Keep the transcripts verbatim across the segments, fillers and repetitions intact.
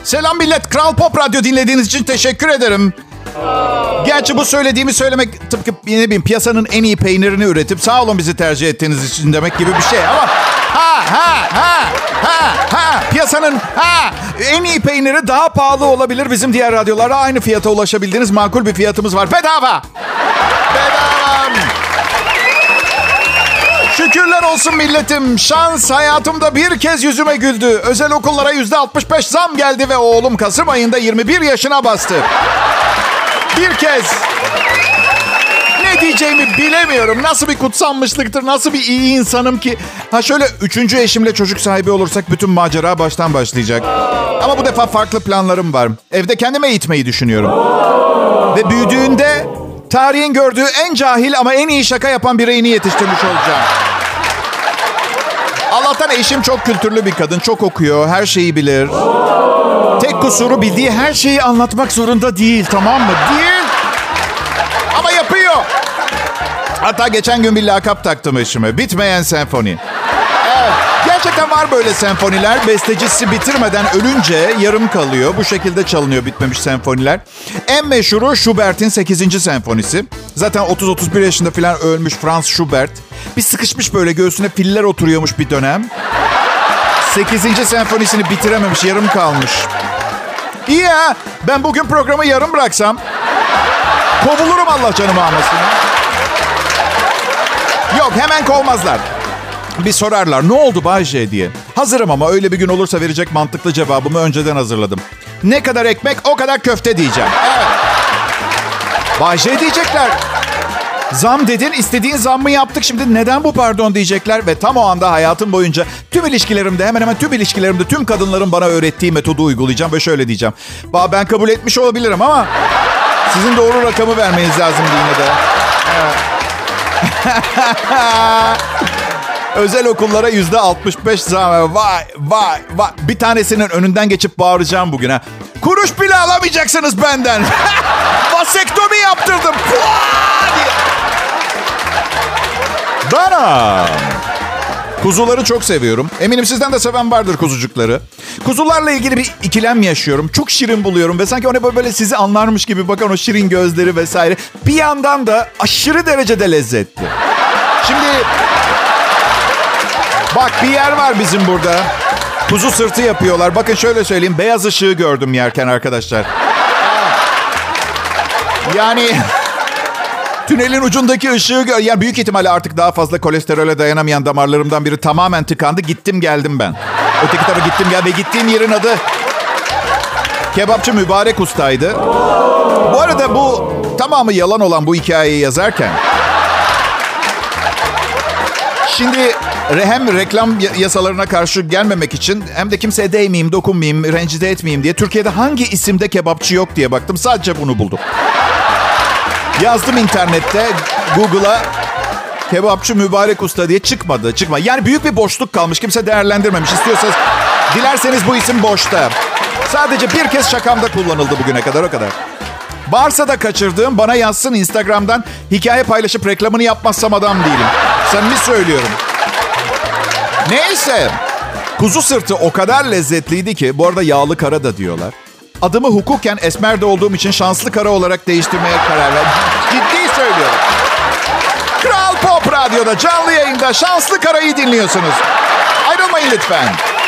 Selam millet. Kral Pop Radyo dinlediğiniz için teşekkür ederim. Gerçi bu söylediğimi söylemek tıpkı ne bileyim piyasanın en iyi peynirini üretip sağ olun bizi tercih ettiğiniz için demek gibi bir şey ama ha ha ha ha ha piyasanın ha en iyi peyniri daha pahalı olabilir. Bizim diğer radyolara aynı fiyata ulaşabildiğiniz makul bir fiyatımız var. Bedava. Bedava. Şükürler olsun milletim. Şans hayatımda bir kez yüzüme güldü. Özel okullara yüzde altmış beş zam geldi ve oğlum Kasım ayında yirmi bir yaşına bastı. Bir kez. Ne diyeceğimi bilemiyorum. Nasıl bir kutsanmışlıktır, nasıl bir iyi insanım ki. Ha şöyle üçüncü eşimle çocuk sahibi olursak bütün macera baştan başlayacak. Ama bu defa farklı planlarım var. Evde kendime eğitmeyi düşünüyorum. Ve büyüdüğünde tarihin gördüğü en cahil ama en iyi şaka yapan bireyini yetiştirmiş olacağım. Allah'tan eşim çok kültürlü bir kadın. Çok okuyor, her şeyi bilir. Tek kusuru bildiği her şeyi anlatmak zorunda değil, tamam mı? Değil. Ama yapıyor. Hatta geçen gün bir lakap taktım eşime. Bitmeyen senfoni. Evet, gerçekten var böyle senfoniler. Bestecisi bitirmeden ölünce yarım kalıyor. Bu şekilde çalınıyor bitmemiş senfoniler. En meşhuru Schubert'in sekizinci senfonisi. Zaten otuz otuz bir yaşında falan ölmüş Franz Schubert. Bir sıkışmış böyle göğsüne filler oturuyormuş bir dönem. sekizinci senfonisini bitirememiş, yarım kalmış. İyi ha, ben bugün programı yarım bıraksam kovulurum Allah canımı almasın. Yok, hemen kovmazlar. Bir sorarlar, ne oldu Bay J diye. Hazırım ama öyle bir gün olursa verecek mantıklı cevabımı önceden hazırladım. Ne kadar ekmek o kadar köfte diyeceğim. Evet. Bay J diyecekler. Zam dedin, istediğin zammı yaptık, şimdi neden bu pardon diyecekler. Ve tam o anda hayatım boyunca tüm ilişkilerimde, hemen hemen tüm ilişkilerimde tüm kadınların bana öğrettiği metodu uygulayacağım. Ve şöyle diyeceğim. Ben kabul etmiş olabilirim ama sizin doğru rakamı vermeniz lazım yine de. Evet. Özel okullara yüzde altmış beş zam. Vay vay vay. Bir tanesinin önünden geçip bağıracağım bugün ha. Kuruş bile alamayacaksınız benden. Vasektomi yaptırdım. Dana. Kuzuları çok seviyorum. Eminim sizden de seven vardır kuzucukları. Kuzularla ilgili bir ikilem yaşıyorum. Çok şirin buluyorum ve sanki ona böyle sizi anlarmış gibi bakan o şirin gözleri vesaire. Bir yandan da aşırı derecede lezzetli. Şimdi bak bir yer var bizim burada. Kuzu sırtı yapıyorlar. Bakın şöyle söyleyeyim. Beyaz ışığı gördüm yerken arkadaşlar. Yani tünelin ucundaki ışığı gör. Yani büyük ihtimalle artık daha fazla kolesterole dayanamayan damarlarımdan biri tamamen tıkandı. Gittim geldim ben. Öteki tarafa gittim gel ve gittiğim yerin adı Kebapçı Mübarek Usta'ydı. Bu arada bu tamamı yalan olan bu hikayeyi yazarken şimdi hem reklam yasalarına karşı gelmemek için hem de kimseye değmeyeyim, dokunmayayım, rencide etmeyeyim diye Türkiye'de hangi isimde kebapçı yok diye baktım. Sadece bunu buldum. Yazdım internette, Google'a Kebapçı Mübarek Usta diye çıkmadı. Çıkmadı. Yani büyük bir boşluk kalmış. Kimse değerlendirmemiş. İstiyorsanız, dilerseniz bu isim boşta. Sadece bir kez şakamda kullanıldı bugüne kadar, o kadar. Varsa da kaçırdığım bana yazsın Instagram'dan. Hikaye paylaşıp reklamını yapmazsam adam değilim. Samimi söylüyorum. Neyse. Kuzu sırtı o kadar lezzetliydi ki, bu arada yağlı kara da diyorlar. Adımı hukuken Esmer'de olduğum için şanslı kara olarak değiştirmeye karar verdim. Ciddi söylüyorum. Kral Pop Radyo'da canlı yayında şanslı karayı dinliyorsunuz. Ayrılmayın lütfen.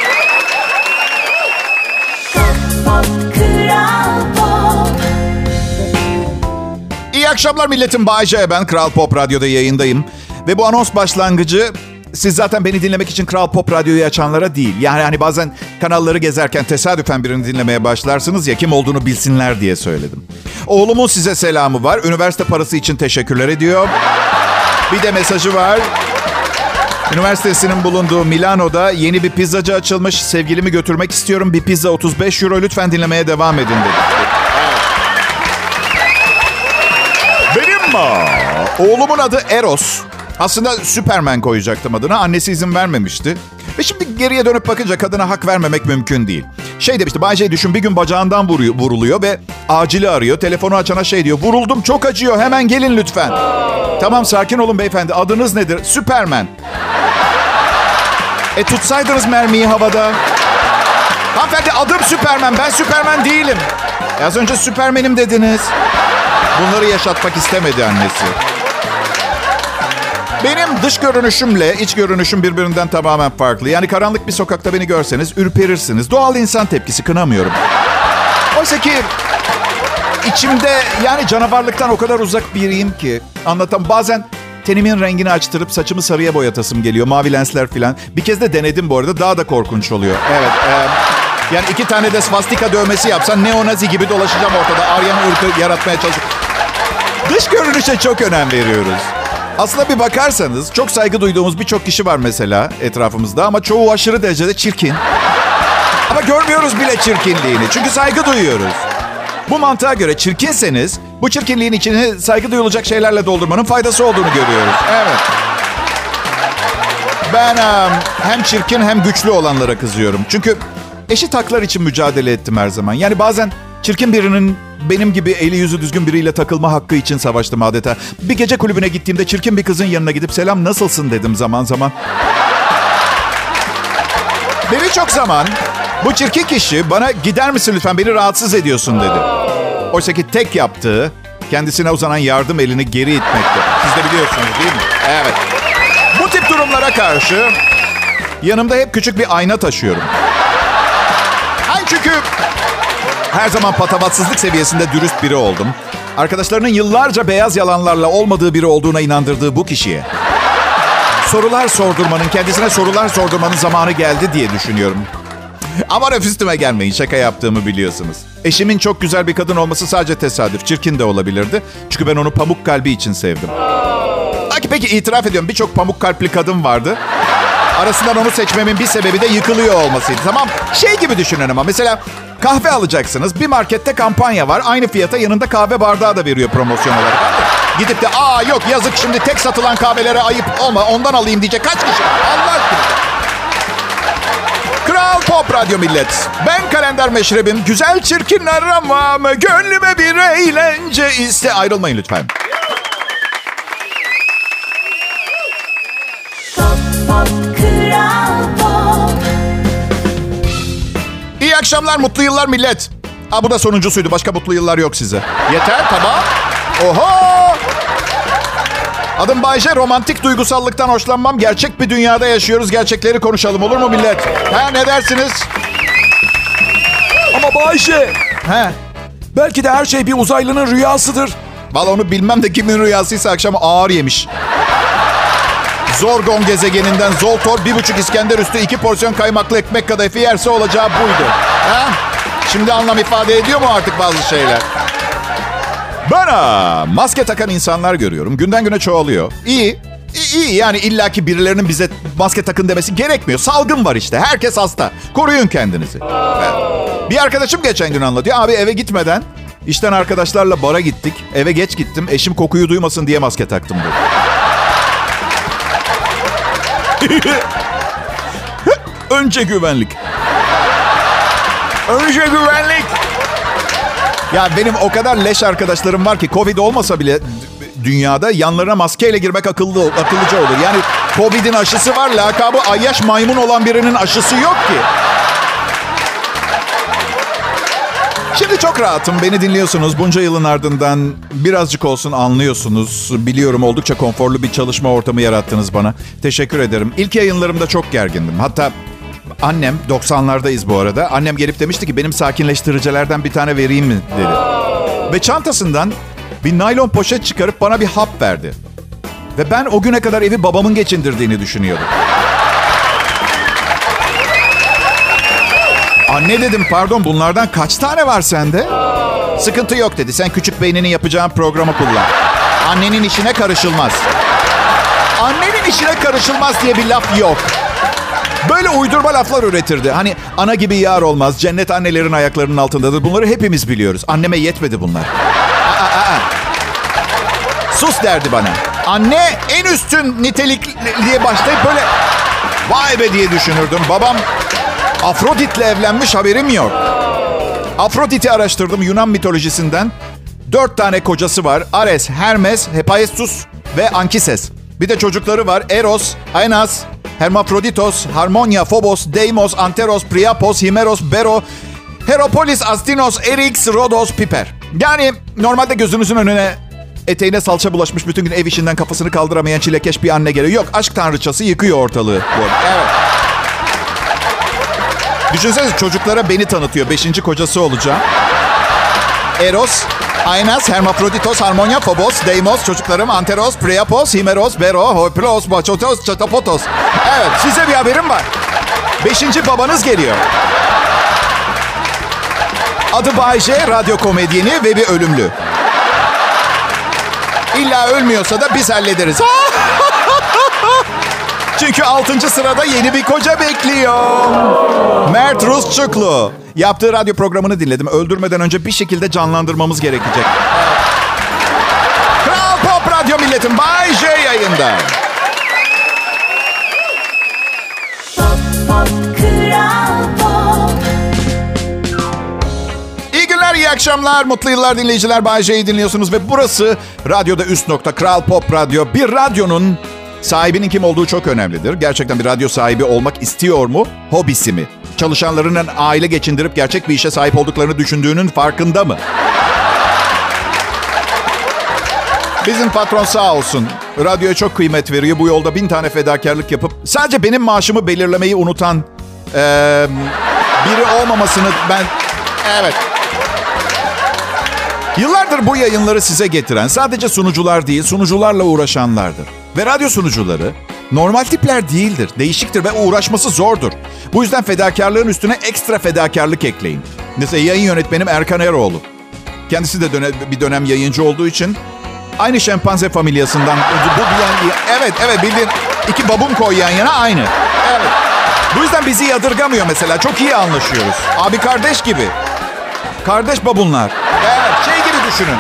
İyi akşamlar milletim. Bay J, ben Kral Pop Radyo'da yayındayım. Ve bu anons başlangıcı siz zaten beni dinlemek için Kral Pop Radyo'yu açanlara değil. Yani hani bazen kanalları gezerken tesadüfen birini dinlemeye başlarsınız ya, kim olduğunu bilsinler diye söyledim. Oğlumun size selamı var. Üniversite parası için teşekkürler ediyor. Bir de mesajı var. Üniversitesinin bulunduğu Milano'da yeni bir pizzacı açılmış. Sevgilimi götürmek istiyorum. Bir pizza otuz beş euro. Lütfen dinlemeye devam edin dedi. Benim mi? Oğlumun adı Eros. Aslında Superman koyacaktım adına. Annesi izin vermemişti. Ve şimdi geriye dönüp bakınca kadına hak vermemek mümkün değil. Şey demişti, Bay J düşün, bir gün bacağından vuruyor, vuruluyor ve acili arıyor. Telefonu açana şey diyor, vuruldum çok acıyor, hemen gelin lütfen. Tamam sakin olun beyefendi, adınız nedir? Superman. E tutsaydınız mermiyi havada. Hanımefendi adım Süpermen. Ben Süpermen değilim. Az önce Süpermenim dediniz. Bunları yaşatmak istemedi annesi. Benim dış görünüşümle iç görünüşüm birbirinden tamamen farklı. Yani karanlık bir sokakta beni görseniz ürperirsiniz. Doğal insan tepkisi, kınamıyorum. Oysa ki içimde yani canavarlıktan o kadar uzak biriyim ki anlatam. Bazen tenimin rengini açtırıp saçımı sarıya boyatasım geliyor. Mavi lensler falan. Bir kez de denedim bu arada. Daha da korkunç oluyor. Evet. E, yani iki tane de svastika dövmesi yapsan neonazi gibi dolaşacağım ortada. Aryan ırkı yaratmaya çalışıyorum. Dış görünüşe çok önem veriyoruz. Aslında bir bakarsanız çok saygı duyduğumuz birçok kişi var mesela etrafımızda. Ama çoğu aşırı derecede çirkin. Ama görmüyoruz bile çirkinliğini. Çünkü saygı duyuyoruz. Bu mantığa göre çirkinseniz bu çirkinliğin içini saygı duyulacak şeylerle doldurmanın faydası olduğunu görüyoruz. Evet. Ben um, hem çirkin hem güçlü olanlara kızıyorum. Çünkü eşit haklar için mücadele ettim her zaman. Yani bazen çirkin birinin benim gibi eli yüzü düzgün biriyle takılma hakkı için savaştım adeta. Bir gece kulübüne gittiğimde çirkin bir kızın yanına gidip selam nasılsın dedim zaman zaman. Ve birçok zaman bu çirkin kişi bana gider misin lütfen beni rahatsız ediyorsun dedi. Oysa ki tek yaptığı kendisine uzanan yardım elini geri itmekti. Siz de biliyorsunuz değil mi? Evet. Bu tip durumlara karşı yanımda hep küçük bir ayna taşıyorum. Hayır çünkü her zaman patavatsızlık seviyesinde dürüst biri oldum. Arkadaşlarının yıllarca beyaz yalanlarla olmadığı biri olduğuna inandırdığı bu kişiye sorular sordurmanın, kendisine sorular sordurmanın zamanı geldi diye düşünüyorum. Ama üstüme gelmeyin, şaka yaptığımı biliyorsunuz. Eşimin çok güzel bir kadın olması sadece tesadüf. Çirkin de olabilirdi. Çünkü ben onu pamuk kalbi için sevdim. Peki, peki itiraf ediyorum birçok pamuk kalpli kadın vardı. Arasından onu seçmemin bir sebebi de yıkılıyor olmasıydı. Tamam şey gibi düşünün ama mesela kahve alacaksınız. Bir markette kampanya var. Aynı fiyata yanında kahve bardağı da veriyor promosyon olarak. Gidip de aa yok yazık şimdi tek satılan kahvelere ayıp olma ondan alayım diyecek kaç kişi var? Allah aşkına. Kral Pop Radyo Millet. Ben Kalender Meşrebim. Güzel çirkin aramam. Gönlüme bir eğlence iste. Ayrılmayın lütfen. Pop, pop, Kral Pop. İyi akşamlar, mutlu yıllar millet. Aa, bu da sonuncusuydu. Başka mutlu yıllar yok size. Yeter, tamam. Oho! Adım Bayce. Romantik duygusallıktan hoşlanmam. Gerçek bir dünyada yaşıyoruz. Gerçekleri konuşalım olur mu millet? Ha, ne dersiniz? Ama Bayce, He. belki de her şey bir uzaylının rüyasıdır. Vallahi onu bilmem de kimin rüyasıysa akşam ağır yemiş. Zorgon gezegeninden Zoltor bir buçuk İskender üstü iki porsiyon kaymaklı ekmek kadayıfı yerse olacağı buydu. Ha? Şimdi anlam ifade ediyor mu artık bazı şeyler? Ben ha, maske takan insanlar görüyorum. Günden güne çoğalıyor. İyi. İyi, iyi. Yani illaki birilerinin bize maske takın demesi gerekmiyor. Salgın var işte. Herkes hasta. Koruyun kendinizi. Evet. Bir arkadaşım geçen gün anlatıyor. Abi eve gitmeden işten arkadaşlarla bara gittik. Eve geç gittim. Eşim kokuyu duymasın diye maske taktım dedi. Önce güvenlik. Önce güvenlik. Ya benim o kadar leş arkadaşlarım var ki Covid olmasa bile dünyada yanlarına maskeyle girmek akıllı, akıllıca olur. Yani Covid'in aşısı var, lakabı ayyaş maymun olan birinin aşısı yok ki. Şimdi çok rahatım. Beni dinliyorsunuz. Bunca yılın ardından birazcık olsun anlıyorsunuz. Biliyorum oldukça konforlu bir çalışma ortamı yarattınız bana. Teşekkür ederim. İlk yayınlarımda çok gergindim. Hatta annem, doksanlardayız bu arada. Annem gelip demişti ki benim sakinleştiricilerden bir tane vereyim mi dedi. Ve çantasından bir naylon poşet çıkarıp bana bir hap verdi. Ve ben o güne kadar evi babamın geçindirdiğini düşünüyordum. Anne dedim pardon bunlardan kaç tane var sende? Sıkıntı yok dedi. Sen küçük beyninin yapacağın programı kullan. Annenin işine karışılmaz. Annenin işine karışılmaz diye bir laf yok. Böyle uydurma laflar üretirdi. Hani ana gibi yar olmaz. Cennet annelerin ayaklarının altındadır. Bunları hepimiz biliyoruz. Anneme yetmedi bunlar. Aa, aa, aa. Sus derdi bana. Anne en üstün nitelik diye başlayıp böyle vay be diye düşünürdüm. Babam Afrodit'le evlenmiş haberim yok. Afrodit'i araştırdım Yunan mitolojisinden. Dört tane kocası var. Ares, Hermes, Hephaestus ve Ankises. Bir de çocukları var. Eros, Aenas, Hermafroditos, Harmonia, Phobos, Deimos, Anteros, Priapos, Himeros, Bero, Heropolis, Astinos, Erix, Rhodos, Piper. Yani normalde gözünüzün önüne eteğine salça bulaşmış, bütün gün ev işinden kafasını kaldıramayan çilekeş bir anne geliyor. Yok, aşk tanrıçası yıkıyor ortalığı. Evet. Düşünsenize, çocuklara beni tanıtıyor. Beşinci kocası olacağım. Eros, Aynas, Hermafroditos, Harmonia, Phobos, Deimos, çocuklarım Anteros, Priapos, Himeros, Bero, Hoiplos, Bachotos, Chatapotos. Evet, size bir haberim var. Beşinci babanız geliyor. Adı Bay J, radyo komedyeni ve bir ölümlü. İlla ölmüyorsa da biz hallederiz. Çünkü altıncı sırada yeni bir koca bekliyor. Mert Rusçuklu. Yaptığı radyo programını dinledim. Öldürmeden önce bir şekilde canlandırmamız gerekecek. Kral Pop Radyo milletim, Bay J yayında. Pop, pop, Kral Pop. İyi günler, iyi akşamlar, mutlu yıllar dinleyiciler. Bay J'yi dinliyorsunuz ve burası radyoda üst nokta Kral Pop Radyo. Bir radyonun sahibinin kim olduğu çok önemlidir. Gerçekten bir radyo sahibi olmak istiyor mu? Hobisi mi? Çalışanlarının aile geçindirip gerçek bir işe sahip olduklarını düşündüğünün farkında mı? Bizim patron sağ olsun, radyoya çok kıymet veriyor. Bu yolda bin tane fedakarlık yapıp sadece benim maaşımı belirlemeyi unutan ee, biri olmamasını ben... Evet. Yıllardır bu yayınları size getiren sadece sunucular değil, sunucularla uğraşanlardır. Ve radyo sunucuları normal tipler değildir, değişiktir ve uğraşması zordur. Bu yüzden fedakarlığın üstüne ekstra fedakarlık ekleyin. Mesela yayın yönetmenim Erkan Eroğlu. Kendisi de dönem, bir dönem yayıncı olduğu için aynı şempanze familyasından. Bu yani, evet, evet bildiğin iki babun koy yan yana aynı. Evet. Bu yüzden bizi yadırgamıyor mesela. Çok iyi anlaşıyoruz. Abi kardeş gibi. Kardeş babunlar. Evet, şey gibi düşünün.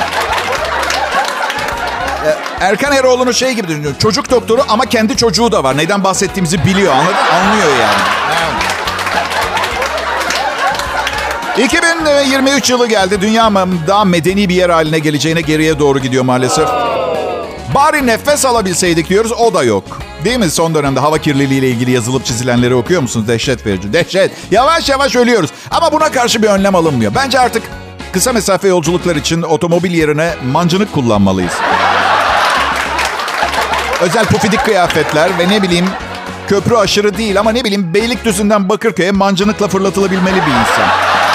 Erkan Eroğlu'nu şey gibi düşünün. Çocuk doktoru ama kendi çocuğu da var. Neden bahsettiğimizi biliyor, anladın? Anlıyor yani. Evet. iki bin yirmi üç yılı geldi. Dünya daha medeni bir yer haline geleceğine geriye doğru gidiyor maalesef. Bari nefes alabilseydik diyoruz, o da yok. Değil mi? Son dönemde hava kirliliği ile ilgili yazılıp çizilenleri okuyor musunuz? Dehşet verici. Dehşet. Yavaş yavaş ölüyoruz. Ama buna karşı bir önlem alınmıyor. Bence artık kısa mesafe yolculuklar için otomobil yerine mancınık kullanmalıyız. Özel pufidik kıyafetler ve ne bileyim köprü aşırı değil ama ne bileyim Beylikdüzü'nden Bakırköy'e mancınıkla fırlatılabilmeli bir insan.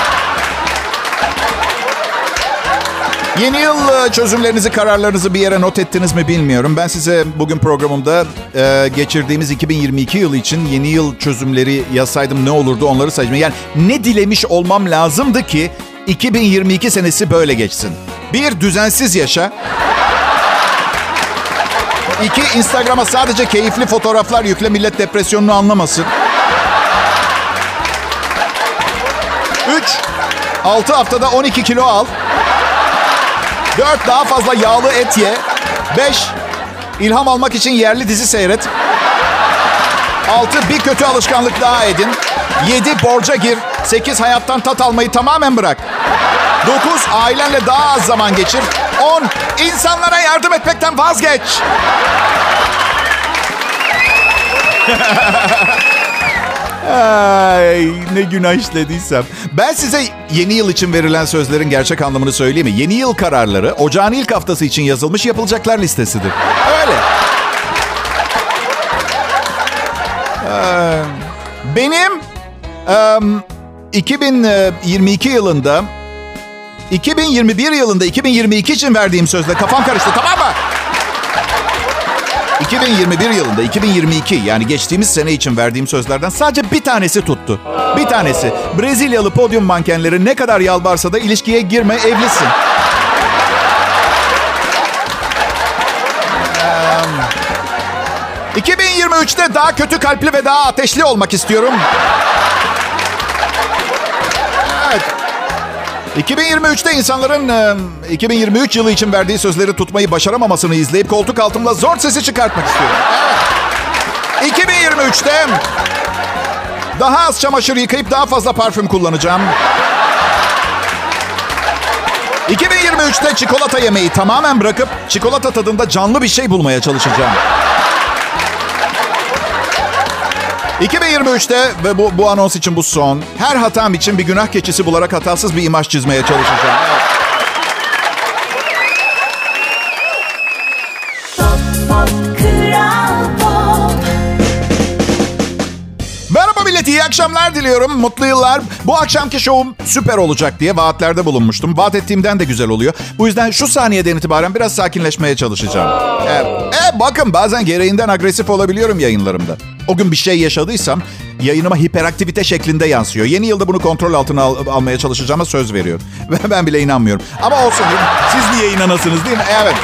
Yeni yıl çözümlerinizi, kararlarınızı bir yere not ettiniz mi bilmiyorum. Ben size bugün programımda e, geçirdiğimiz iki bin yirmi iki yılı için yeni yıl çözümleri yazsaydım ne olurdu onları sayacağım. Yani ne dilemiş olmam lazımdı ki iki bin yirmi iki senesi böyle geçsin. Bir, düzensiz yaşa. İki, Instagram'a sadece keyifli fotoğraflar yükle, millet depresyonunu anlamasın. Üç, altı haftada on iki kilo al. Dört, daha fazla yağlı et ye. Beş, ilham almak için yerli dizi seyret. Altı, bir kötü alışkanlık daha edin. Yedi, borca gir. Sekiz, hayattan tat almayı tamamen bırak. Dokuz, ailenle daha az zaman geçir. On, insanlara yardım etmekten vazgeç. Ay, ne günah işlediysem. Ben size yeni yıl için verilen sözlerin gerçek anlamını söyleyeyim mi? Yeni yıl kararları ocağın ilk haftası için yazılmış yapılacaklar listesidir. Öyle. Ee, benim um, iki bin yirmi iki yılında iki bin yirmi bir yılında iki bin yirmi iki için verdiğim sözle kafam karıştı, tamam mı? iki bin yirmi bir yılında iki bin yirmi iki yani geçtiğimiz sene için verdiğim sözlerden sadece bir tanesi tuttu. Bir tanesi. Brezilyalı podyum mankenleri ne kadar yalvarsa da ilişkiye girme, evlisin. iki bin yirmi üçte daha kötü kalpli ve daha ateşli olmak istiyorum. Evet. iki bin yirmi üçte insanların iki bin yirmi üç yılı için verdiği sözleri tutmayı başaramamasını izleyip koltuk altımda zor sesi çıkartmak istiyorum. Evet. iki bin yirmi üçte daha az çamaşır yıkayıp daha fazla parfüm kullanacağım. iki bin yirmi üçte çikolata yemeyi tamamen bırakıp çikolata tadında canlı bir şey bulmaya çalışacağım. iki bin yirmi üçte ve bu, bu anons için bu son. Her hatam için bir günah keçisi bularak hatasız bir imaj çizmeye çalışacağım. Evet. Merhaba millet, iyi akşamlar diliyorum. Mutlu yıllar. Bu akşamki şovum süper olacak diye vaatlerde bulunmuştum. Vaat ettiğimden de güzel oluyor. Bu yüzden şu saniyeden itibaren biraz sakinleşmeye çalışacağım. E, e, bakın bazen gereğinden agresif olabiliyorum yayınlarımda. O gün bir şey yaşadıysam yayınıma hiperaktivite şeklinde yansıyor. Yeni yılda bunu kontrol altına al- almaya çalışacağıma söz veriyorum. Ve ben bile inanmıyorum. Ama olsun, siz niye inanasınız değil mi? Evet.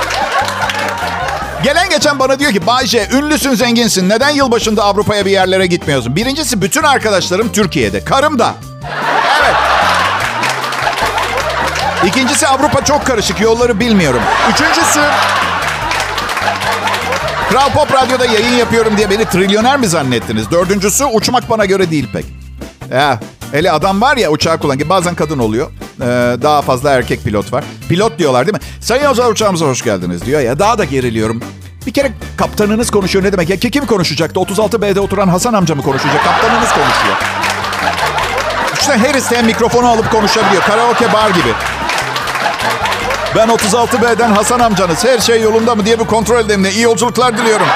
Gelen geçen bana diyor ki Bayce, ünlüsün, zenginsin. Neden yılbaşında Avrupa'ya bir yerlere gitmiyorsun? Birincisi, bütün arkadaşlarım Türkiye'de. Karım da. Evet. İkincisi, Avrupa çok karışık. Yolları bilmiyorum. Üçüncüsü, Kral Pop Radyo'da yayın yapıyorum diye beni trilyoner mi zannettiniz? Dördüncüsü, uçmak bana göre değil pek. Ya, hele adam var ya uçağı kullanıyor. Bazen kadın oluyor. Ee, daha fazla erkek pilot var. Pilot diyorlar değil mi? Sayın Yolcular, uçağımıza hoş geldiniz diyor ya. Daha da geriliyorum. Bir kere kaptanınız konuşuyor ne demek ya? Kim konuşacaktı? otuz altı B'de oturan Hasan amca mı konuşacak? Kaptanınız konuşuyor. İşte her isteyen mikrofonu alıp konuşabiliyor. Karaoke bar gibi. Ben otuz altı B'den Hasan amcanız. Her şey yolunda mı diye bir kontrol edeyim. İyi yolculuklar diliyorum.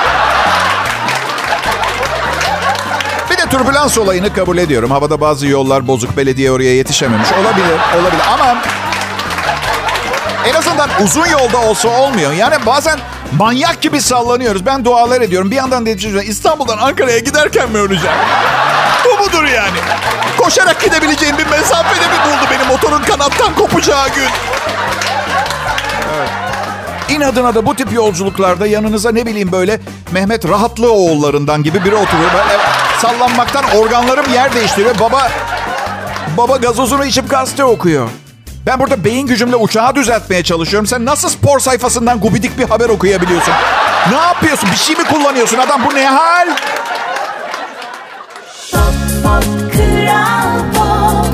Bir de türbülans olayını kabul ediyorum. Havada bazı yollar bozuk. Belediye oraya yetişememiş. Olabilir, olabilir. Ama en azından uzun yolda olsa olmuyor. Yani bazen manyak gibi sallanıyoruz. Ben dualar ediyorum. Bir yandan da düşünüyorum. İstanbul'dan Ankara'ya giderken mi öleceğim? Bu mudur yani? Koşarak gidebileceğim bir mesafede mi buldu beni motorun kanattan kopacağı gün? Evet. İnadına da bu tip yolculuklarda yanınıza ne bileyim böyle Mehmet Rahatlıoğullarından gibi biri oturuyor. Böyle sallanmaktan organlarım yer değiştiriyor. Baba, baba gazozunu içip gazete okuyor. Ben burada beyin gücümle uçağı düzeltmeye çalışıyorum. Sen nasıl spor sayfasından gubidik bir haber okuyabiliyorsun? Ne yapıyorsun? Bir şey mi kullanıyorsun adam? Bu ne hal? Pop, pop, Kral Pop.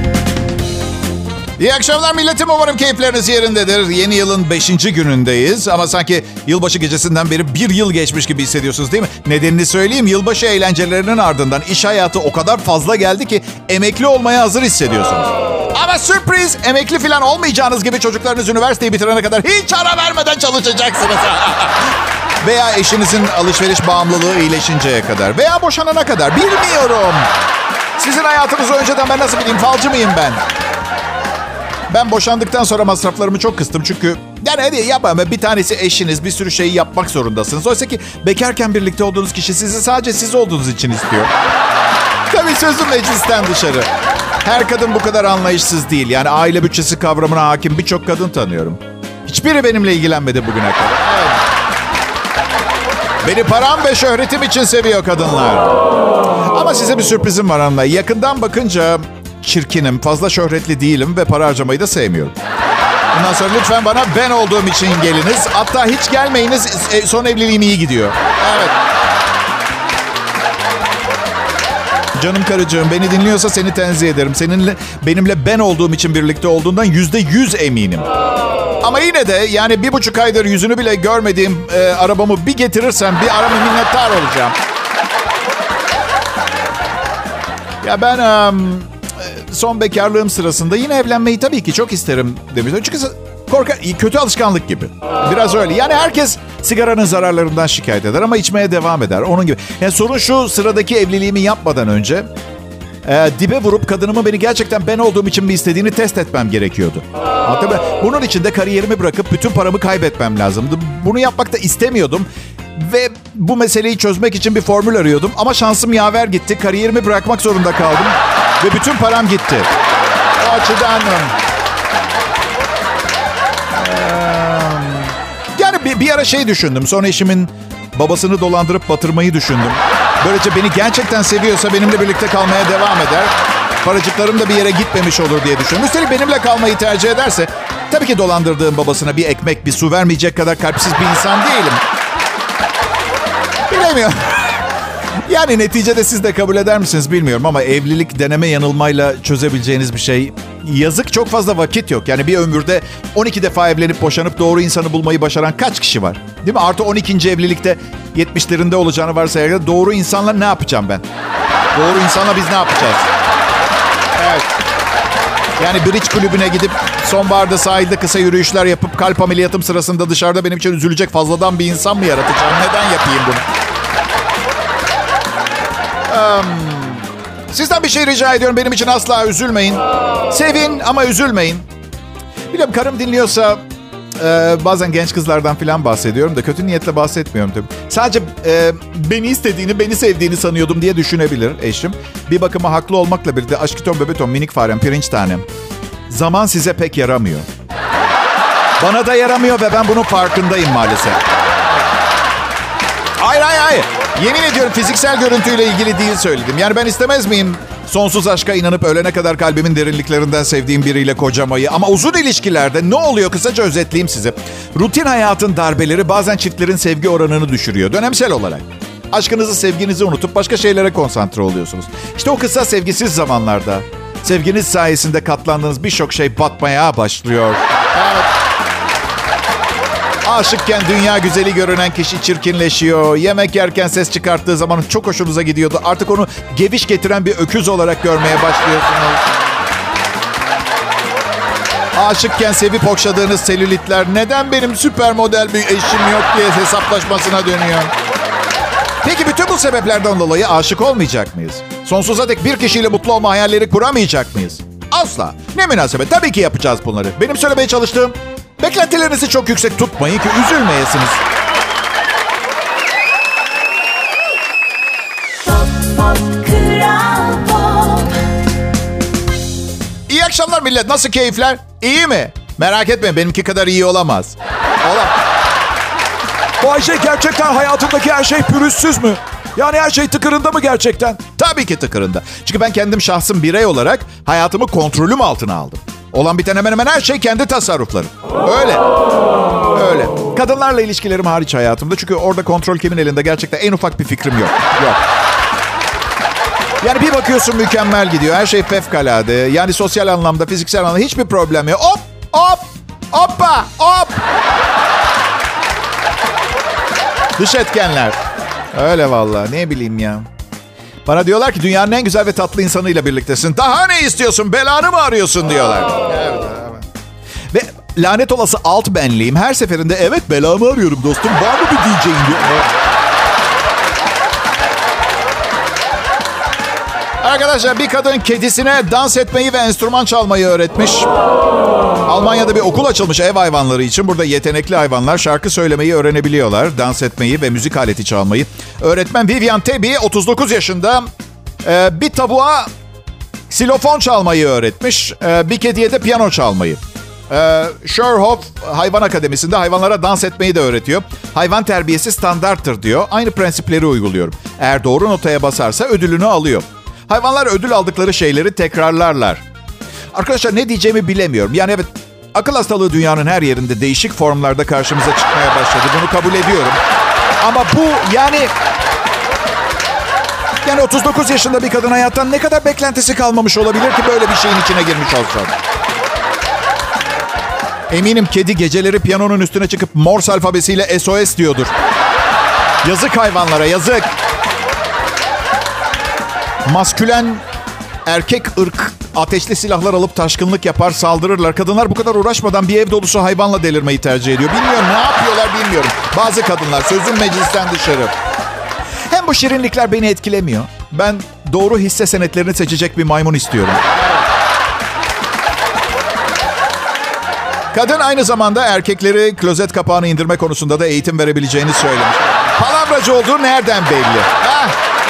İyi akşamlar milletim. Umarım keyifleriniz yerindedir. Yeni yılın beşinci günündeyiz. Ama sanki yılbaşı gecesinden beri bir yıl geçmiş gibi hissediyorsunuz değil mi? Nedenini söyleyeyim. Yılbaşı eğlencelerinin ardından iş hayatı o kadar fazla geldi ki emekli olmaya hazır hissediyorsunuz. Ama sürpriz, emekli falan olmayacağınız gibi çocuklarınız üniversiteyi bitirene kadar hiç ara vermeden çalışacaksınız. Veya eşinizin alışveriş bağımlılığı iyileşinceye kadar. Veya boşanana kadar. Bilmiyorum. Sizin hayatınızı önceden ben nasıl bileyim? Falcı mıyım ben? Ben boşandıktan sonra masraflarımı çok kıstım çünkü yani hadi yapma, bir tanesi eşiniz, bir sürü şeyi yapmak zorundasınız. Oysa ki bekarken birlikte olduğunuz kişi sizi sadece siz olduğunuz için istiyor. Tabii sözüm meclisten dışarı. Her kadın bu kadar anlayışsız değil. Yani aile bütçesi kavramına hakim birçok kadın tanıyorum. Hiçbiri benimle ilgilenmedi bugüne kadar. Evet. Beni param ve şöhretim için seviyor kadınlar. Ama size bir sürprizim var hanımlar. Yakından bakınca çirkinim, fazla şöhretli değilim ve para harcamayı da sevmiyorum. Bundan sonra lütfen bana ben olduğum için geliniz. Hatta hiç gelmeyiniz, son evliliğim iyi gidiyor. Evet. Canım karıcığım, beni dinliyorsa seni tenzih ederim. Seninle, benimle ben olduğum için birlikte olduğundan yüzde yüz eminim. Ama yine de yani bir buçuk aydır yüzünü bile görmediğim e, arabamı bir getirirsen bir arama minnettar olacağım. Ya ben um, son bekarlığım sırasında yine evlenmeyi tabii ki çok isterim demiştim. Çünkü korka, kötü alışkanlık gibi. Biraz öyle. Yani herkes sigaranın zararlarından şikayet eder ama içmeye devam eder. Onun gibi. Yani sorun şu, sıradaki evliliğimi yapmadan önce e, dibe vurup kadınımın beni gerçekten ben olduğum için mi istediğini test etmem gerekiyordu. Tabii bunun için de kariyerimi bırakıp bütün paramı kaybetmem lazımdı. Bunu yapmak da istemiyordum. Ve bu meseleyi çözmek için bir formül arıyordum. Ama şansım yaver gitti. Kariyerimi bırakmak zorunda kaldım. Ve bütün param gitti. O açıdan... Yani bir, bir ara şey düşündüm. Sonra eşimin babasını dolandırıp batırmayı düşündüm. Böylece beni gerçekten seviyorsa benimle birlikte kalmaya devam eder. Paracıklarım da bir yere gitmemiş olur diye düşündüm. Üstelik benimle kalmayı tercih ederse... Tabii ki dolandırdığım babasına bir ekmek, bir su vermeyecek kadar kalpsiz bir insan değilim. Bilemiyorum. Yani neticede siz de kabul eder misiniz bilmiyorum ama evlilik deneme yanılmayla çözebileceğiniz bir şey yazık çok fazla vakit yok. Yani bir ömürde on iki defa evlenip boşanıp doğru insanı bulmayı başaran kaç kişi var? Değil mi? Artı on ikinci evlilikte yetmişlerinde olacağını varsayarak doğru insanla ne yapacağım ben? Doğru insanla biz ne yapacağız? Evet. Yani bridge kulübüne gidip sonbaharda sahilde kısa yürüyüşler yapıp kalp ameliyatım sırasında dışarıda benim için üzülecek fazladan bir insan mı yaratacağım? Neden yapayım bunu? Um, sizden bir şey rica ediyorum. Benim için asla üzülmeyin. Sevin ama üzülmeyin. Biliyorum karım dinliyorsa e, bazen genç kızlardan falan bahsediyorum da kötü niyetle bahsetmiyorum tabii. Sadece e, beni istediğini, beni sevdiğini sanıyordum diye düşünebilir eşim. Bir bakıma haklı olmakla birlikte aşkiton bebeton minik farem pirinç tanem. Zaman size pek yaramıyor. Bana da yaramıyor ve ben bunun farkındayım maalesef. Hayır hayır hayır. Yemin ediyorum fiziksel görüntüyle ilgili değil söyledim. Yani ben istemez miyim sonsuz aşka inanıp ölene kadar kalbimin derinliklerinden sevdiğim biriyle kocamayı? Ama uzun ilişkilerde ne oluyor? Kısaca özetleyeyim size. Rutin hayatın darbeleri bazen çiftlerin sevgi oranını düşürüyor. Dönemsel olarak. Aşkınızı, sevginizi unutup başka şeylere konsantre oluyorsunuz. İşte o kısa sevgisiz zamanlarda sevginiz sayesinde katlandığınız birçok şey batmaya başlıyor. Evet. Aşıkken dünya güzeli görünen kişi çirkinleşiyor. Yemek yerken ses çıkarttığı zaman çok hoşunuza gidiyordu. Artık onu geviş getiren bir öküz olarak görmeye başlıyorsunuz. Aşıkken sevip okşadığınız selülitler neden benim süper model bir eşim yok diye hesaplaşmasına dönüyor. Peki bütün bu sebeplerden dolayı aşık olmayacak mıyız? Sonsuza dek bir kişiyle mutlu olma hayalleri kuramayacak mıyız? Asla. Ne münasebet. Tabii ki yapacağız bunları. Benim söylemeye çalıştığım beklentilerinizi çok yüksek tutmayın ki üzülmeyesiniz. Pop, pop, Kral Pop. İyi akşamlar millet. Nasıl keyifler? İyi mi? Merak etmeyin benimki kadar iyi olamaz. Olam. Bu Ayşe gerçekten hayatındaki her şey pürüzsüz mü? Yani her şey tıkırında mı gerçekten? Tabii ki tıkırında. Çünkü ben kendim şahsım birey olarak hayatımı kontrolüm altına aldım. Olan biten hemen hemen her şey kendi tasarruflarım. Öyle. Öyle. Kadınlarla ilişkilerim hariç hayatımda. Çünkü orada kontrol kimin elinde gerçekten en ufak bir fikrim yok. Yok. Yani bir bakıyorsun mükemmel gidiyor. Her şey fevkalade. Yani sosyal anlamda, fiziksel anlamda hiçbir problem yok. Hop! Hop! Hoppa! Hop! Dış etkenler. Öyle vallahi. Ne bileyim ya. Bana diyorlar ki dünyanın en güzel ve tatlı insanıyla birliktesin. Daha ne istiyorsun? Belanı mı arıyorsun diyorlar. Evet, evet. Ve lanet olası alt benliğim her seferinde evet belamı arıyorum dostum. Var mı bir D J'in diyor. Arkadaşlar bir kadın kedisine dans etmeyi ve enstrüman çalmayı öğretmiş. Almanya'da bir okul açılmış ev hayvanları için. Burada yetenekli hayvanlar şarkı söylemeyi öğrenebiliyorlar. Dans etmeyi ve müzik aleti çalmayı. Öğretmen Vivian Tebi otuz dokuz yaşında e, bir tavuğa silofon çalmayı öğretmiş. E, bir kediye de piyano çalmayı. E, Sherhoff Hayvan Akademisi'nde hayvanlara dans etmeyi de öğretiyor. Hayvan terbiyesi standarttır diyor. Aynı prensipleri uyguluyorum. Eğer doğru notaya basarsa ödülünü alıyor. Hayvanlar ödül aldıkları şeyleri tekrarlarlar. Arkadaşlar ne diyeceğimi bilemiyorum. Yani evet akıl hastalığı dünyanın her yerinde değişik formlarda karşımıza çıkmaya başladı. Bunu kabul ediyorum. Ama bu yani... Yani otuz dokuz yaşında bir kadın hayattan ne kadar beklentisi kalmamış olabilir ki böyle bir şeyin içine girmiş olsa. Eminim kedi geceleri piyanonun üstüne çıkıp Morse alfabesiyle S O S diyordur. Yazık hayvanlara, yazık. Maskülen erkek ırk ateşli silahlar alıp taşkınlık yapar, saldırırlar. Kadınlar bu kadar uğraşmadan bir ev dolusu hayvanla delirmeyi tercih ediyor. Bilmiyorum ne yapıyorlar bilmiyorum. Bazı kadınlar sözün meclisten dışarı. Hem bu şirinlikler beni etkilemiyor. Ben doğru hisse senetlerini seçecek bir maymun istiyorum. Kadın aynı zamanda erkekleri klozet kapağını indirme konusunda da eğitim verebileceğini söylemiş. Palavracı olduğu nereden belli? Ha?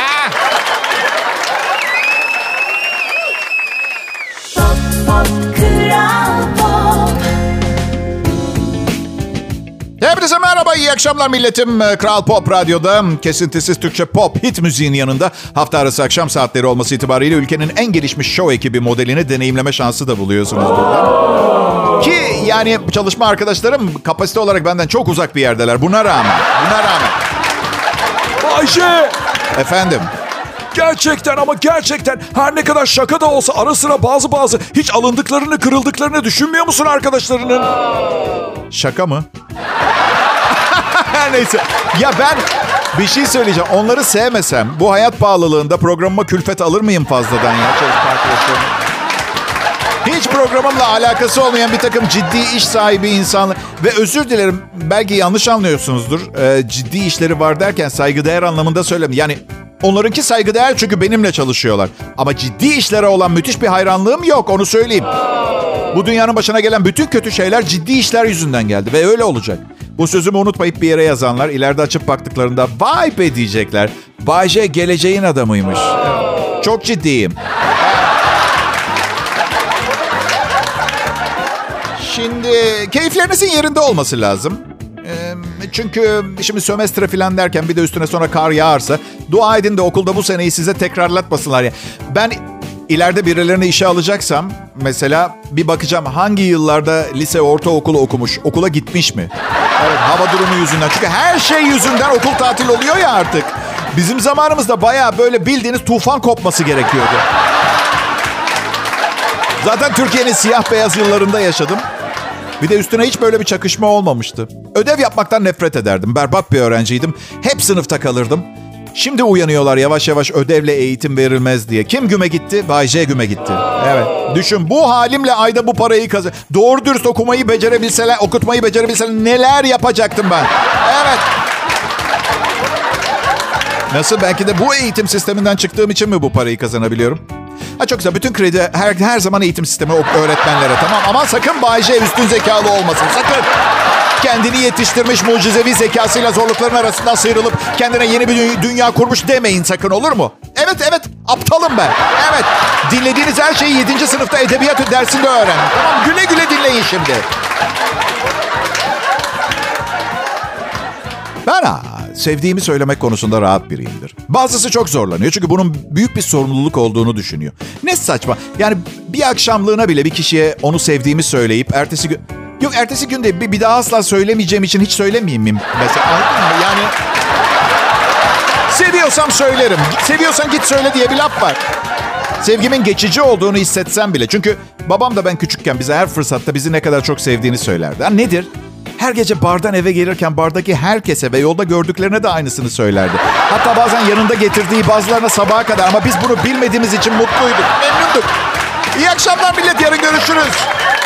Hepinize merhaba, iyi akşamlar milletim. Kral Pop Radyo'da kesintisiz Türkçe pop hit müziğin yanında hafta arası akşam saatleri olması itibariyle ülkenin en gelişmiş show ekibi modelini deneyimleme şansı da buluyorsunuz burada. Ki yani çalışma arkadaşlarım kapasite olarak benden çok uzak bir yerdeler. Buna rağmen, buna rağmen. Ayşe! Efendim? Gerçekten ama gerçekten her ne kadar şaka da olsa ara sıra bazı bazı hiç alındıklarını, kırıldıklarını düşünmüyor musun arkadaşlarının? Şaka mı? Neyse. Ya ben bir şey söyleyeceğim. Onları sevmesem bu hayat pahalılığında programıma külfet alır mıyım fazladan ya? Çalışma arkadaşlarım. Hiç programımla alakası olmayan bir takım ciddi iş sahibi insanlar. Ve özür dilerim, belki yanlış anlıyorsunuzdur. Ee, ciddi işleri var derken saygıdeğer anlamında söylemiyorum. Yani onlarınki saygıdeğer çünkü benimle çalışıyorlar. Ama ciddi işlere olan müthiş bir hayranlığım yok, onu söyleyeyim. Bu dünyanın başına gelen bütün kötü şeyler ciddi işler yüzünden geldi ve öyle olacak. Bu sözümü unutmayıp bir yere yazanlar ileride açıp baktıklarında vay be diyecekler. Bay J geleceğin adamıymış. Çok ciddiyim. Şimdi keyiflerinizin yerinde olması lazım. Ee, çünkü şimdi sömestre falan derken bir de üstüne sonra kar yağarsa dua edin de okulda bu seneyi size tekrarlatmasınlar ya. Ben ileride birilerini işe alacaksam mesela bir bakacağım hangi yıllarda lise, ortaokulu okumuş, okula gitmiş mi? Evet, hava durumu yüzünden. Çünkü her şey yüzünden okul tatil oluyor ya artık. Bizim zamanımızda bayağı böyle bildiğiniz tufan kopması gerekiyordu. Zaten Türkiye'nin siyah beyaz yıllarında yaşadım. Bir de üstüne hiç böyle bir çakışma olmamıştı. Ödev yapmaktan nefret ederdim. Berbat bir öğrenciydim. Hep sınıfta kalırdım. Şimdi uyanıyorlar yavaş yavaş ödevle eğitim verilmez diye. Kim güme gitti? Bay J güme gitti. Evet. Düşün, bu halimle ayda bu parayı kazan. Doğru dürüst okumayı becerebilseler, okutmayı becerebilseler neler yapacaktım ben? Evet. Nasıl? Belki de bu eğitim sisteminden çıktığım için mi bu parayı kazanabiliyorum? Ha çok güzel. Bütün kredi her, her zaman eğitim sistemi öğretmenlere, tamam. Ama sakın Bay J üstün zekalı olmasın. Sakın. Kendini yetiştirmiş mucizevi zekasıyla zorlukların arasından sıyrılıp kendine yeni bir dü- dünya kurmuş demeyin sakın, olur mu? Evet evet, aptalım ben. Evet, dinlediğiniz her şeyi yedinci sınıfta edebiyat dersinde öğrendim. Tamam, güle güle dinleyin şimdi. Ben ha, sevdiğimi söylemek konusunda rahat biriyimdir. Bazısı çok zorlanıyor çünkü bunun büyük bir sorumluluk olduğunu düşünüyor. Ne saçma. Yani bir akşamlığına bile bir kişiye onu sevdiğimi söyleyip ertesi gün... Yok ertesi gün de bir, bir daha asla söylemeyeceğim için hiç söylemeyeyim mi? Mesela anladın mı? Yani... Seviyorsam söylerim. Seviyorsan git söyle diye bir laf var. Sevgimin geçici olduğunu hissetsem bile. Çünkü babam da ben küçükken bize her fırsatta bizi ne kadar çok sevdiğini söylerdi. Ha, nedir? Her gece bardan eve gelirken bardaki herkese ve yolda gördüklerine de aynısını söylerdi. Hatta bazen yanında getirdiği bazılarına sabaha kadar, ama biz bunu bilmediğimiz için mutluyduk, memnunduk. İyi akşamlar millet, yarın görüşürüz.